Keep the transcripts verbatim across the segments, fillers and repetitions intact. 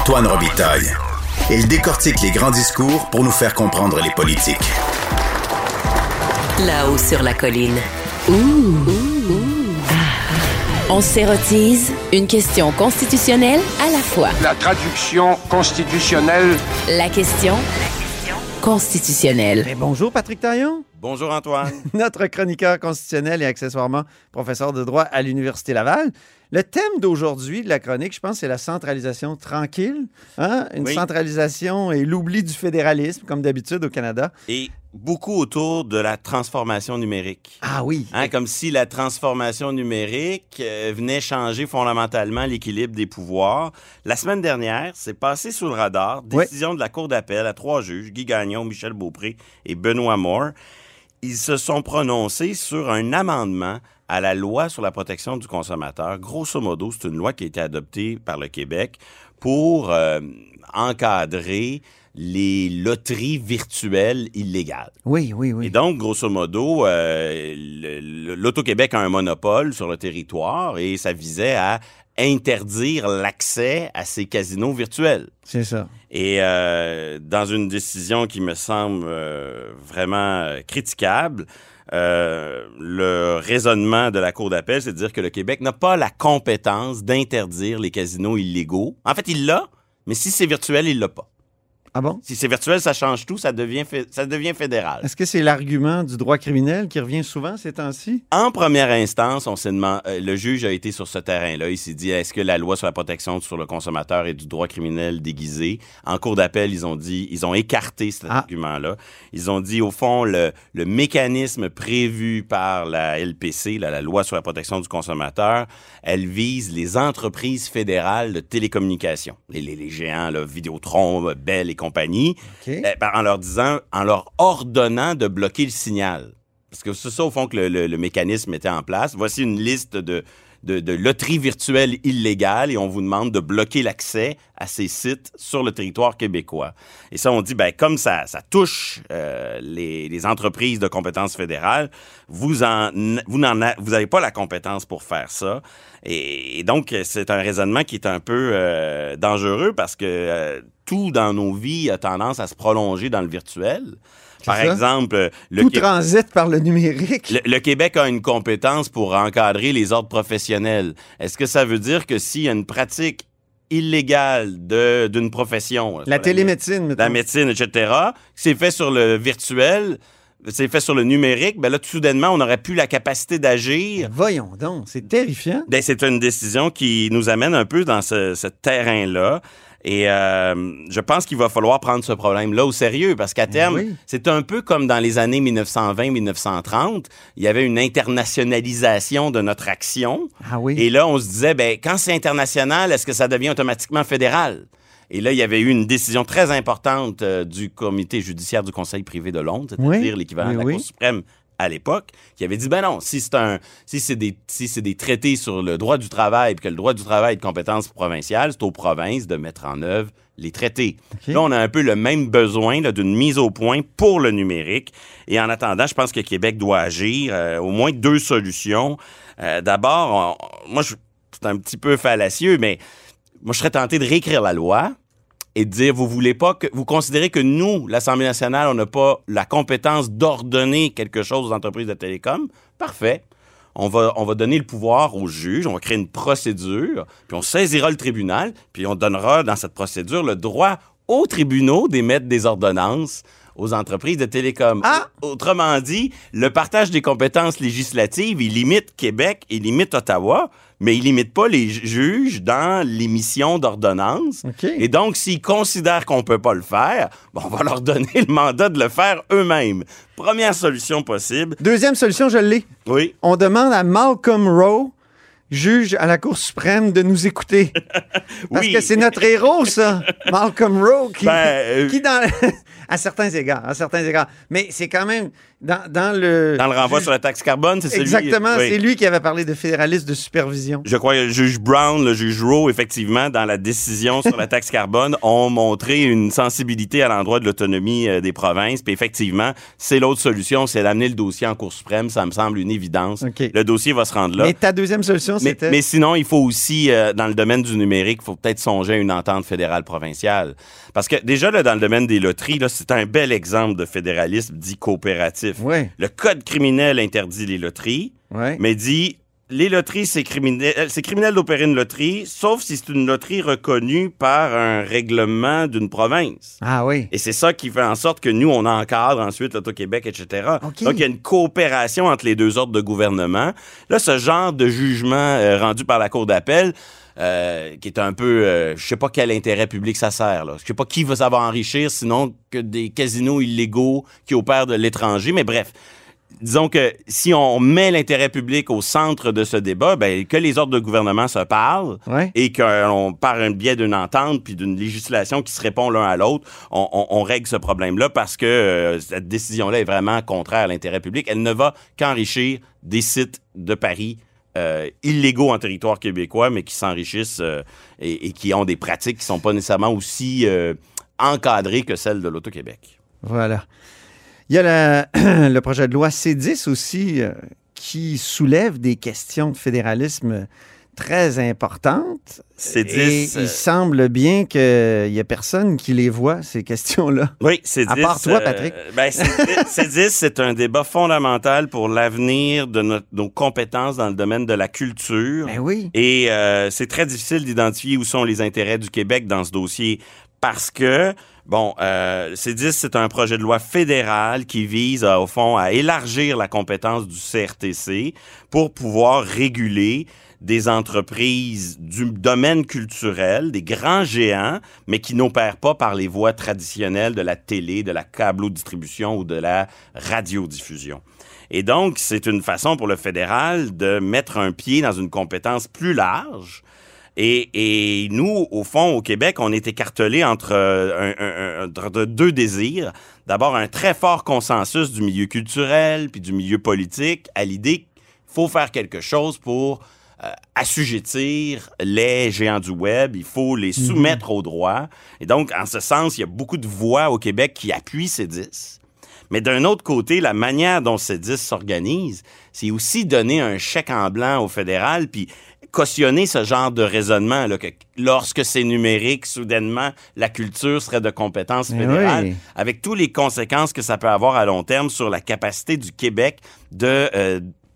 Antoine Robitaille. Il décortique les grands discours pour nous faire comprendre les politiques. Là-haut sur la colline. Ouh, ouh, ouh. On s'érotise une question constitutionnelle à la fois. La traduction constitutionnelle. La question constitutionnelle. Et bonjour Patrick Taillon. Bonjour Antoine. Notre chroniqueur constitutionnel et accessoirement professeur de droit à l'Université Laval. Le thème d'aujourd'hui de la chronique, je pense, c'est la centralisation tranquille. Hein? Une oui. centralisation et l'oubli du fédéralisme, comme d'habitude au Canada. Et beaucoup autour de la transformation numérique. Ah oui. Hein, comme si la transformation numérique euh, venait changer fondamentalement l'équilibre des pouvoirs. La semaine dernière, c'est passé sous le radar, décision oui. de la Cour d'appel à trois juges, Guy Gagnon, Michel Beaupré et Benoît Moore. Ils se sont prononcés sur un amendement à la loi sur la protection du consommateur. Grosso modo, c'est une loi qui a été adoptée par le Québec pour euh, encadrer les loteries virtuelles illégales. Oui, oui, oui. Et donc, grosso modo, euh, le, l'Auto-Québec a un monopole sur le territoire et ça visait à interdire l'accès à ces casinos virtuels. C'est ça. Et euh, dans une décision qui me semble euh, vraiment euh, critiquable, euh, le raisonnement de la Cour d'appel, c'est de dire que le Québec n'a pas la compétence d'interdire les casinos illégaux. En fait, il l'a, mais si c'est virtuel, il l'a pas. Ah bon? Si c'est virtuel, ça change tout, ça devient, fé- ça devient fédéral. Est-ce que c'est l'argument du droit criminel qui revient souvent ces temps-ci? En première instance, on s'est demandé, euh, le juge a été sur ce terrain-là. Il s'est dit, est-ce que la loi sur la protection sur le consommateur est du droit criminel déguisé? En cour d'appel, ils ont dit, ils ont écarté cet ah. argument-là. Ils ont dit, au fond, le, le mécanisme prévu par la L P C, la, la loi sur la protection du consommateur, elle vise les entreprises fédérales de télécommunications. Les, les, les géants, là, Vidéotron, Bell et compagnie, okay. eh, ben, en leur disant, en leur ordonnant de bloquer le signal. Parce que c'est ça, au fond, que le, le, le mécanisme était en place. Voici une liste de, de, de loteries virtuelles illégales et on vous demande de bloquer l'accès à ces sites sur le territoire québécois. Et ça, on dit, ben comme ça, ça touche euh, les, les entreprises de compétences fédérales, vous en, vous n'en a, vous n'avez pas la compétence pour faire ça. Et, et donc, c'est un raisonnement qui est un peu euh, dangereux parce que euh, tout dans nos vies a tendance à se prolonger dans le virtuel. C'est par ça. exemple... Le Tout Qué... transite par le numérique. Le, le Québec a une compétence pour encadrer les ordres professionnels. Est-ce que ça veut dire que s'il y a une pratique illégale de, d'une profession... La télémédecine, la, la médecine, et cetera, c'est fait sur le virtuel... c'est fait sur le numérique, ben là, tout soudainement, on n'aurait plus la capacité d'agir. Ben voyons donc, c'est terrifiant. Ben, c'est une décision qui nous amène un peu dans ce, ce terrain-là. Et euh, je pense qu'il va falloir prendre ce problème-là au sérieux parce qu'à terme, oui. c'est un peu comme dans les années dix-neuf cent vingt dix-neuf cent trente, il y avait une internationalisation de notre action. Ah oui. Et là, on se disait, ben quand c'est international, est-ce que ça devient automatiquement fédéral? Et là, il y avait eu une décision très importante euh, du comité judiciaire du Conseil privé de Londres, c'est-à-dire oui. l'équivalent oui, de la oui. Cour suprême à l'époque, qui avait dit, ben non, si c'est un, si c'est des, si c'est des traités sur le droit du travail, puis que le droit du travail est de compétence provinciale, c'est aux provinces de mettre en œuvre les traités. Okay. Là, on a un peu le même besoin là, d'une mise au point pour le numérique. Et en attendant, je pense que Québec doit agir. Euh, au moins deux solutions. Euh, d'abord, on, moi, je, c'est un petit peu fallacieux, mais moi, je serais tenté de réécrire la loi et de dire, vous voulez pas que, vous considérez que nous, l'Assemblée nationale, on n'a pas la compétence d'ordonner quelque chose aux entreprises de télécom? Parfait. On va, on va donner le pouvoir aux juges, on va créer une procédure, puis on saisira le tribunal, puis on donnera dans cette procédure le droit aux tribunaux d'émettre des ordonnances aux entreprises de télécom. Ah! Autrement dit, le partage des compétences législatives, il limite Québec, il limite Ottawa, mais il limite pas les juges dans l'émission d'ordonnances. Okay. Et donc, s'ils considèrent qu'on peut pas le faire, bon, on va leur donner le mandat de le faire eux-mêmes. Première solution possible. Deuxième solution, je l'ai. Oui. On demande à Malcolm Rowe, juge à la Cour suprême, de nous écouter. Parce oui. que c'est notre héros, ça. Malcolm Rowe, qui, ben, euh... qui dans... À certains égards, à certains égards. Mais c'est quand même dans, dans le... Dans le renvoi sur la taxe carbone, c'est celui... Exactement, oui. c'est lui qui avait parlé de fédéralisme de supervision. Je crois que le juge Brown, le juge Roe, effectivement, dans la décision sur la taxe carbone, ont montré une sensibilité à l'endroit de l'autonomie euh, des provinces. Puis effectivement, c'est l'autre solution, c'est d'amener le dossier en Cour suprême. Ça me semble une évidence. Okay. Le dossier va se rendre là. Mais ta deuxième solution, mais, c'était... mais sinon, il faut aussi, euh, dans le domaine du numérique, il faut peut-être songer à une entente fédérale provinciale. Parce que déjà, là, dans le domaine des loteries, là, c'est un bel exemple de fédéralisme dit coopératif. Ouais. Le code criminel interdit les loteries, ouais. mais dit les loteries, c'est criminel, c'est criminel d'opérer une loterie, sauf si c'est une loterie reconnue par un règlement d'une province. Ah oui. Et c'est ça qui fait en sorte que nous, on encadre ensuite l'Auto-Québec, et cetera. Okay. Donc, il y a une coopération entre les deux ordres de gouvernement. Là, ce genre de jugement euh, rendu par la Cour d'appel, Euh, qui est un peu... Euh, je sais pas quel intérêt public ça sert, là. Je sais pas qui va savoir enrichir, sinon que des casinos illégaux qui opèrent de l'étranger. Mais bref, disons que si on met l'intérêt public au centre de ce débat, ben, que les ordres de gouvernement se parlent ouais. et qu'on, par un biais d'une entente puis d'une législation qui se répond l'un à l'autre, on, on, on règle ce problème-là parce que euh, cette décision-là est vraiment contraire à l'intérêt public. Elle ne va qu'enrichir des sites de paris Euh, illégaux en territoire québécois, mais qui s'enrichissent euh, et, et qui ont des pratiques qui ne sont pas nécessairement aussi euh, encadrées que celles de l'Auto-Québec. Voilà. Il y a la, le projet de loi C dix aussi euh, qui soulève des questions de fédéralisme très importantes. C dix, et il euh... semble bien qu'il n'y a personne qui les voit, ces questions-là. Oui, C dix. À part toi, Patrick. Euh, ben, C dix, c'est un débat fondamental pour l'avenir de notre, nos compétences dans le domaine de la culture. Ben oui. Et euh, c'est très difficile d'identifier où sont les intérêts du Québec dans ce dossier parce que, bon, euh, C dix, c'est un projet de loi fédéral qui vise, euh, au fond, à élargir la compétence du C R T C pour pouvoir réguler des entreprises du domaine culturel, des grands géants, mais qui n'opèrent pas par les voies traditionnelles de la télé, de la câblodistribution ou de la radiodiffusion. Et donc, c'est une façon pour le fédéral de mettre un pied dans une compétence plus large. Et, et nous, au fond, au Québec, on est écartelés entre, un, un, un, entre deux désirs. D'abord, un très fort consensus du milieu culturel puis du milieu politique à l'idée qu'il faut faire quelque chose pour Euh, assujettir les géants du web, il faut les soumettre mmh. aux droits. Et donc, en ce sens, il y a beaucoup de voix au Québec qui appuient C dix. Mais d'un autre côté, la manière dont C dix s'organise, c'est aussi donner un chèque en blanc au fédéral, puis cautionner ce genre de raisonnement, là, que lorsque c'est numérique, soudainement, la culture serait de compétence fédérale, oui. avec toutes les conséquences que ça peut avoir à long terme sur la capacité du Québec de... Euh,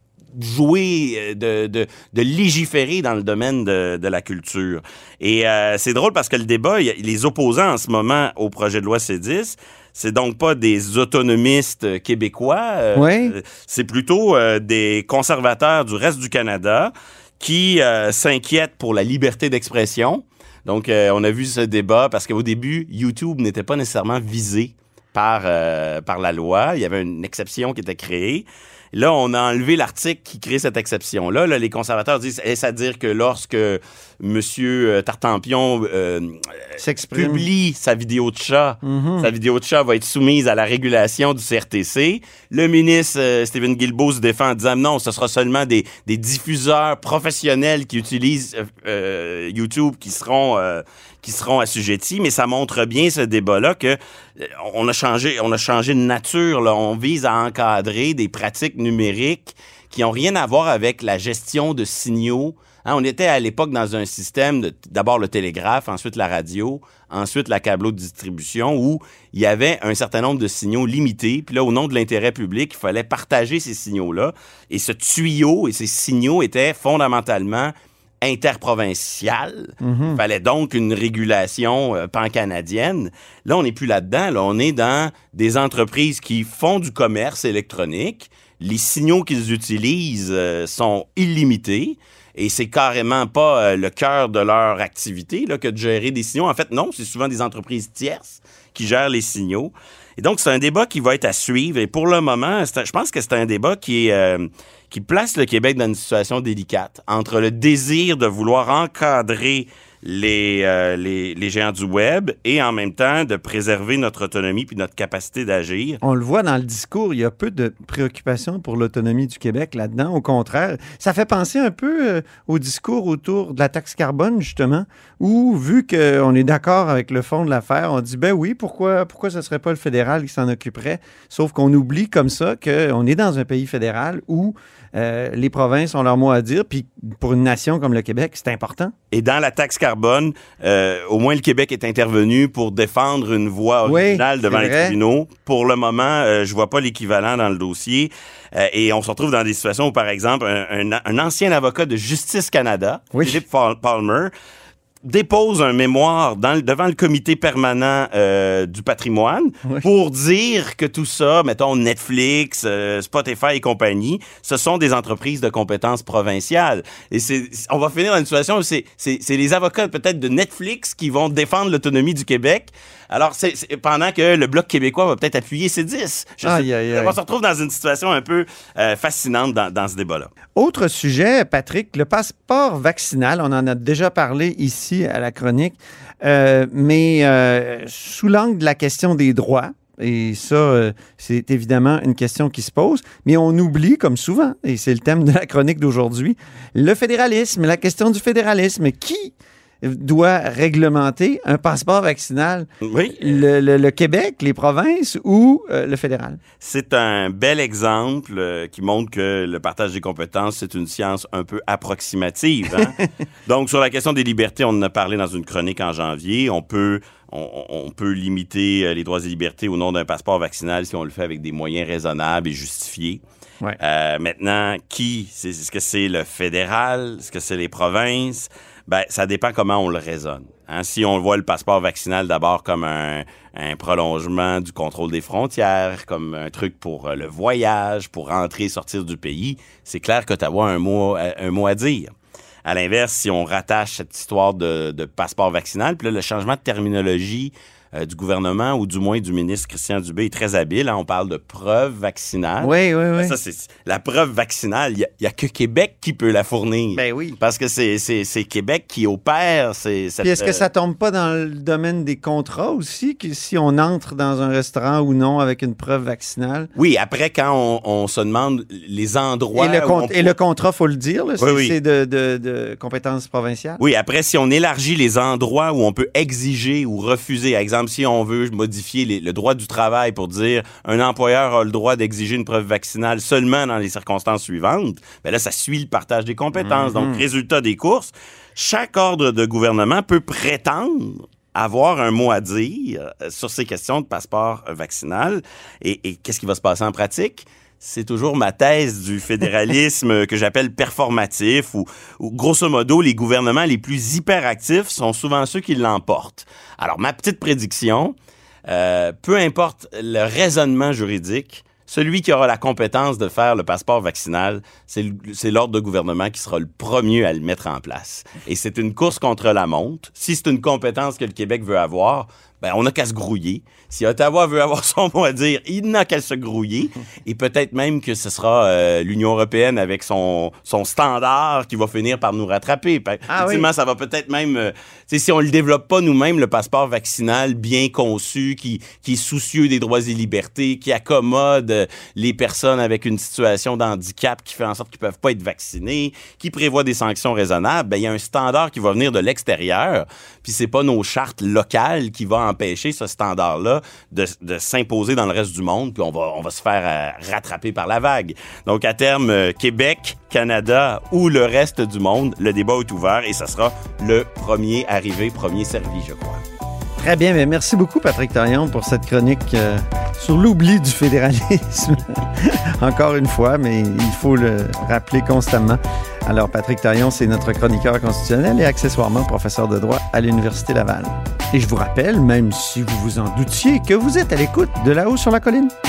jouer, de, de, de légiférer dans le domaine de, de la culture. Et euh, c'est drôle parce que le débat, y a, les opposants en ce moment au projet de loi C dix, c'est donc pas des autonomistes québécois, euh, oui. c'est plutôt euh, des conservateurs du reste du Canada qui euh, s'inquiètent pour la liberté d'expression. Donc, euh, on a vu ce débat parce qu'au début, YouTube n'était pas nécessairement visé par, euh, par la loi. Il y avait une exception qui était créée. Là, on a enlevé l'article qui crée cette exception-là. Là, les conservateurs disent, est-ce à dire que lorsque M. Tartampion euh, publie sa vidéo de chat, mm-hmm. sa vidéo de chat va être soumise à la régulation du C R T C. Le ministre euh, Stephen Guilbeault se défend en disant non, ce sera seulement des, des diffuseurs professionnels qui utilisent euh, YouTube qui seront... Euh, qui seront assujettis, mais ça montre bien ce débat-là que on a changé, on a changé de nature, là. On vise à encadrer des pratiques numériques qui n'ont rien à voir avec la gestion de signaux. Hein, on était à l'époque dans un système, de, d'abord le télégraphe, ensuite la radio, ensuite la câblodistribution, où il y avait un certain nombre de signaux limités. Puis là, au nom de l'intérêt public, il fallait partager ces signaux-là. Et ce tuyau et ces signaux étaient fondamentalement interprovincial. Mm-hmm. Il fallait donc une régulation euh, pan-canadienne. Là, on n'est plus là-dedans. Là, on est dans des entreprises qui font du commerce électronique. Les signaux qu'ils utilisent euh, sont illimités. Et c'est carrément pas euh, le cœur de leur activité là, que de gérer des signaux. En fait, non, c'est souvent des entreprises tierces qui gèrent les signaux. Et donc, c'est un débat qui va être à suivre. Et pour le moment, c'est un, je pense que c'est un débat qui est... Euh, qui place le Québec dans une situation délicate entre le désir de vouloir encadrer les, euh, les, les géants du web et en même temps de préserver notre autonomie puis notre capacité d'agir. On le voit dans le discours, il y a peu de préoccupations pour l'autonomie du Québec là-dedans. Au contraire, ça fait penser un peu euh, au discours autour de la taxe carbone, justement, où, vu qu'on est d'accord avec le fond de l'affaire, on dit, ben oui, pourquoi, pourquoi ce ne serait pas le fédéral qui s'en occuperait? Sauf qu'on oublie comme ça qu'on est dans un pays fédéral où euh, les provinces ont leur mot à dire, puis pour une nation comme le Québec, c'est important. Et dans la taxe carbone, euh, au moins le Québec est intervenu pour défendre une voie originale oui, devant vrai. les tribunaux. Pour le moment, euh, je vois pas l'équivalent dans le dossier. Euh, et on se retrouve dans des situations où, par exemple, un, un, un ancien avocat de Justice Canada, oui. Philippe Palmer, dépose un mémoire dans le, devant le comité permanent euh, du patrimoine oui. pour dire que tout ça, mettons Netflix, euh, Spotify et compagnie, ce sont des entreprises de compétences provinciales. Et c'est, on va finir dans une situation où c'est, c'est, c'est les avocats peut-être de Netflix qui vont défendre l'autonomie du Québec. Alors, c'est, c'est, pendant que le Bloc québécois va peut-être appuyer C dix. Je aïe, sais, aïe, aïe. On se retrouve dans une situation un peu euh, fascinante dans, dans ce débat-là. Autre sujet, Patrick, le passeport vaccinal. On en a déjà parlé ici à la chronique, euh, mais euh, sous l'angle de la question des droits. Et ça, euh, c'est évidemment une question qui se pose, mais on oublie, comme souvent, et c'est le thème de la chronique d'aujourd'hui, le fédéralisme, la question du fédéralisme. Qui doit réglementer un passeport vaccinal? Oui. Le, le, le Québec, les provinces ou euh, le fédéral? C'est un bel exemple euh, qui montre que le partage des compétences, c'est une science un peu approximative. Hein? Donc, sur la question des libertés, on en a parlé dans une chronique en janvier. On peut, on, on peut limiter les droits et libertés au nom d'un passeport vaccinal si on le fait avec des moyens raisonnables et justifiés. Ouais. Euh, maintenant, qui? C'est, est-ce que c'est le fédéral? Est-ce que c'est les provinces? Ben, ça dépend comment on le raisonne. Hein? Si on voit le passeport vaccinal d'abord comme un, un prolongement du contrôle des frontières, comme un truc pour le voyage, pour rentrer et sortir du pays, c'est clair qu'Ottawa a un mot, un mot à dire. À l'inverse, si on rattache cette histoire de, de passeport vaccinal, puis là, le changement de terminologie euh, du gouvernement, ou du moins du ministre Christian Dubé, est très habile. Hein? On parle de preuve vaccinale. Oui, oui, oui. Ça, c'est, la preuve vaccinale, il n'y a, a que Québec qui peut la fournir. Ben oui. Parce que c'est, c'est, c'est Québec qui opère. C'est, cette, Puis est-ce que ça tombe pas dans le domaine des contrats aussi, que si on entre dans un restaurant ou non avec une preuve vaccinale? Oui, après, quand on, on se demande les endroits... Et le, con- on... et le contrat, il faut le dire, là, oui, c'est, oui. c'est de, de, de compétences provinciales? Oui, après, si on élargit les endroits où on peut exiger ou refuser, par exemple, si on veut modifier les, le droit du travail pour dire un employeur a le droit d'exiger une preuve vaccinale seulement dans les circonstances suivantes, bien là, ça suit le partage des compétences. Mm-hmm. Donc, résultat des courses, chaque ordre de gouvernement peut prétendre avoir un mot à dire sur ces questions de passeport vaccinal. Et, et qu'est-ce qui va se passer en pratique? C'est toujours ma thèse du fédéralisme que j'appelle performatif, où, où, grosso modo, les gouvernements les plus hyperactifs sont souvent ceux qui l'emportent. Alors, ma petite prédiction, euh, peu importe le raisonnement juridique, celui qui aura la compétence de faire le passeport vaccinal, c'est, le, c'est l'ordre de gouvernement qui sera le premier à le mettre en place. Et c'est une course contre la montre. Si c'est une compétence que le Québec veut avoir, ben on n'a qu'à se grouiller. Si Ottawa veut avoir son mot à dire, il n'a qu'à se grouiller. Et peut-être même que ce sera euh, l'Union européenne avec son, son standard qui va finir par nous rattraper. Ah, Effectivement, oui. Ça va peut-être même... Euh, si on ne le développe pas nous-mêmes, le passeport vaccinal bien conçu, qui, qui est soucieux des droits et libertés, qui accommode euh, les personnes avec une situation d'handicap qui fait en sorte qu'ils ne peuvent pas être vaccinés, qui prévoit des sanctions raisonnables, ben il y a un standard qui va venir de l'extérieur. Puis c'est pas nos chartes locales qui vont empêcher ce standard-là de, de s'imposer dans le reste du monde, puis on va, on va se faire euh, rattraper par la vague. Donc, à terme, euh, Québec, Canada ou le reste du monde, le débat est ouvert et ça sera le premier arrivé, premier servi, je crois. Très bien, mais merci beaucoup, Patrick Taillon, pour cette chronique euh, sur l'oubli du fédéralisme. Encore une fois, mais il faut le rappeler constamment. Alors, Patrick Taillon, c'est notre chroniqueur constitutionnel et accessoirement professeur de droit à l'Université Laval. Et je vous rappelle, même si vous vous en doutiez, que vous êtes à l'écoute de Là-haut sur la colline.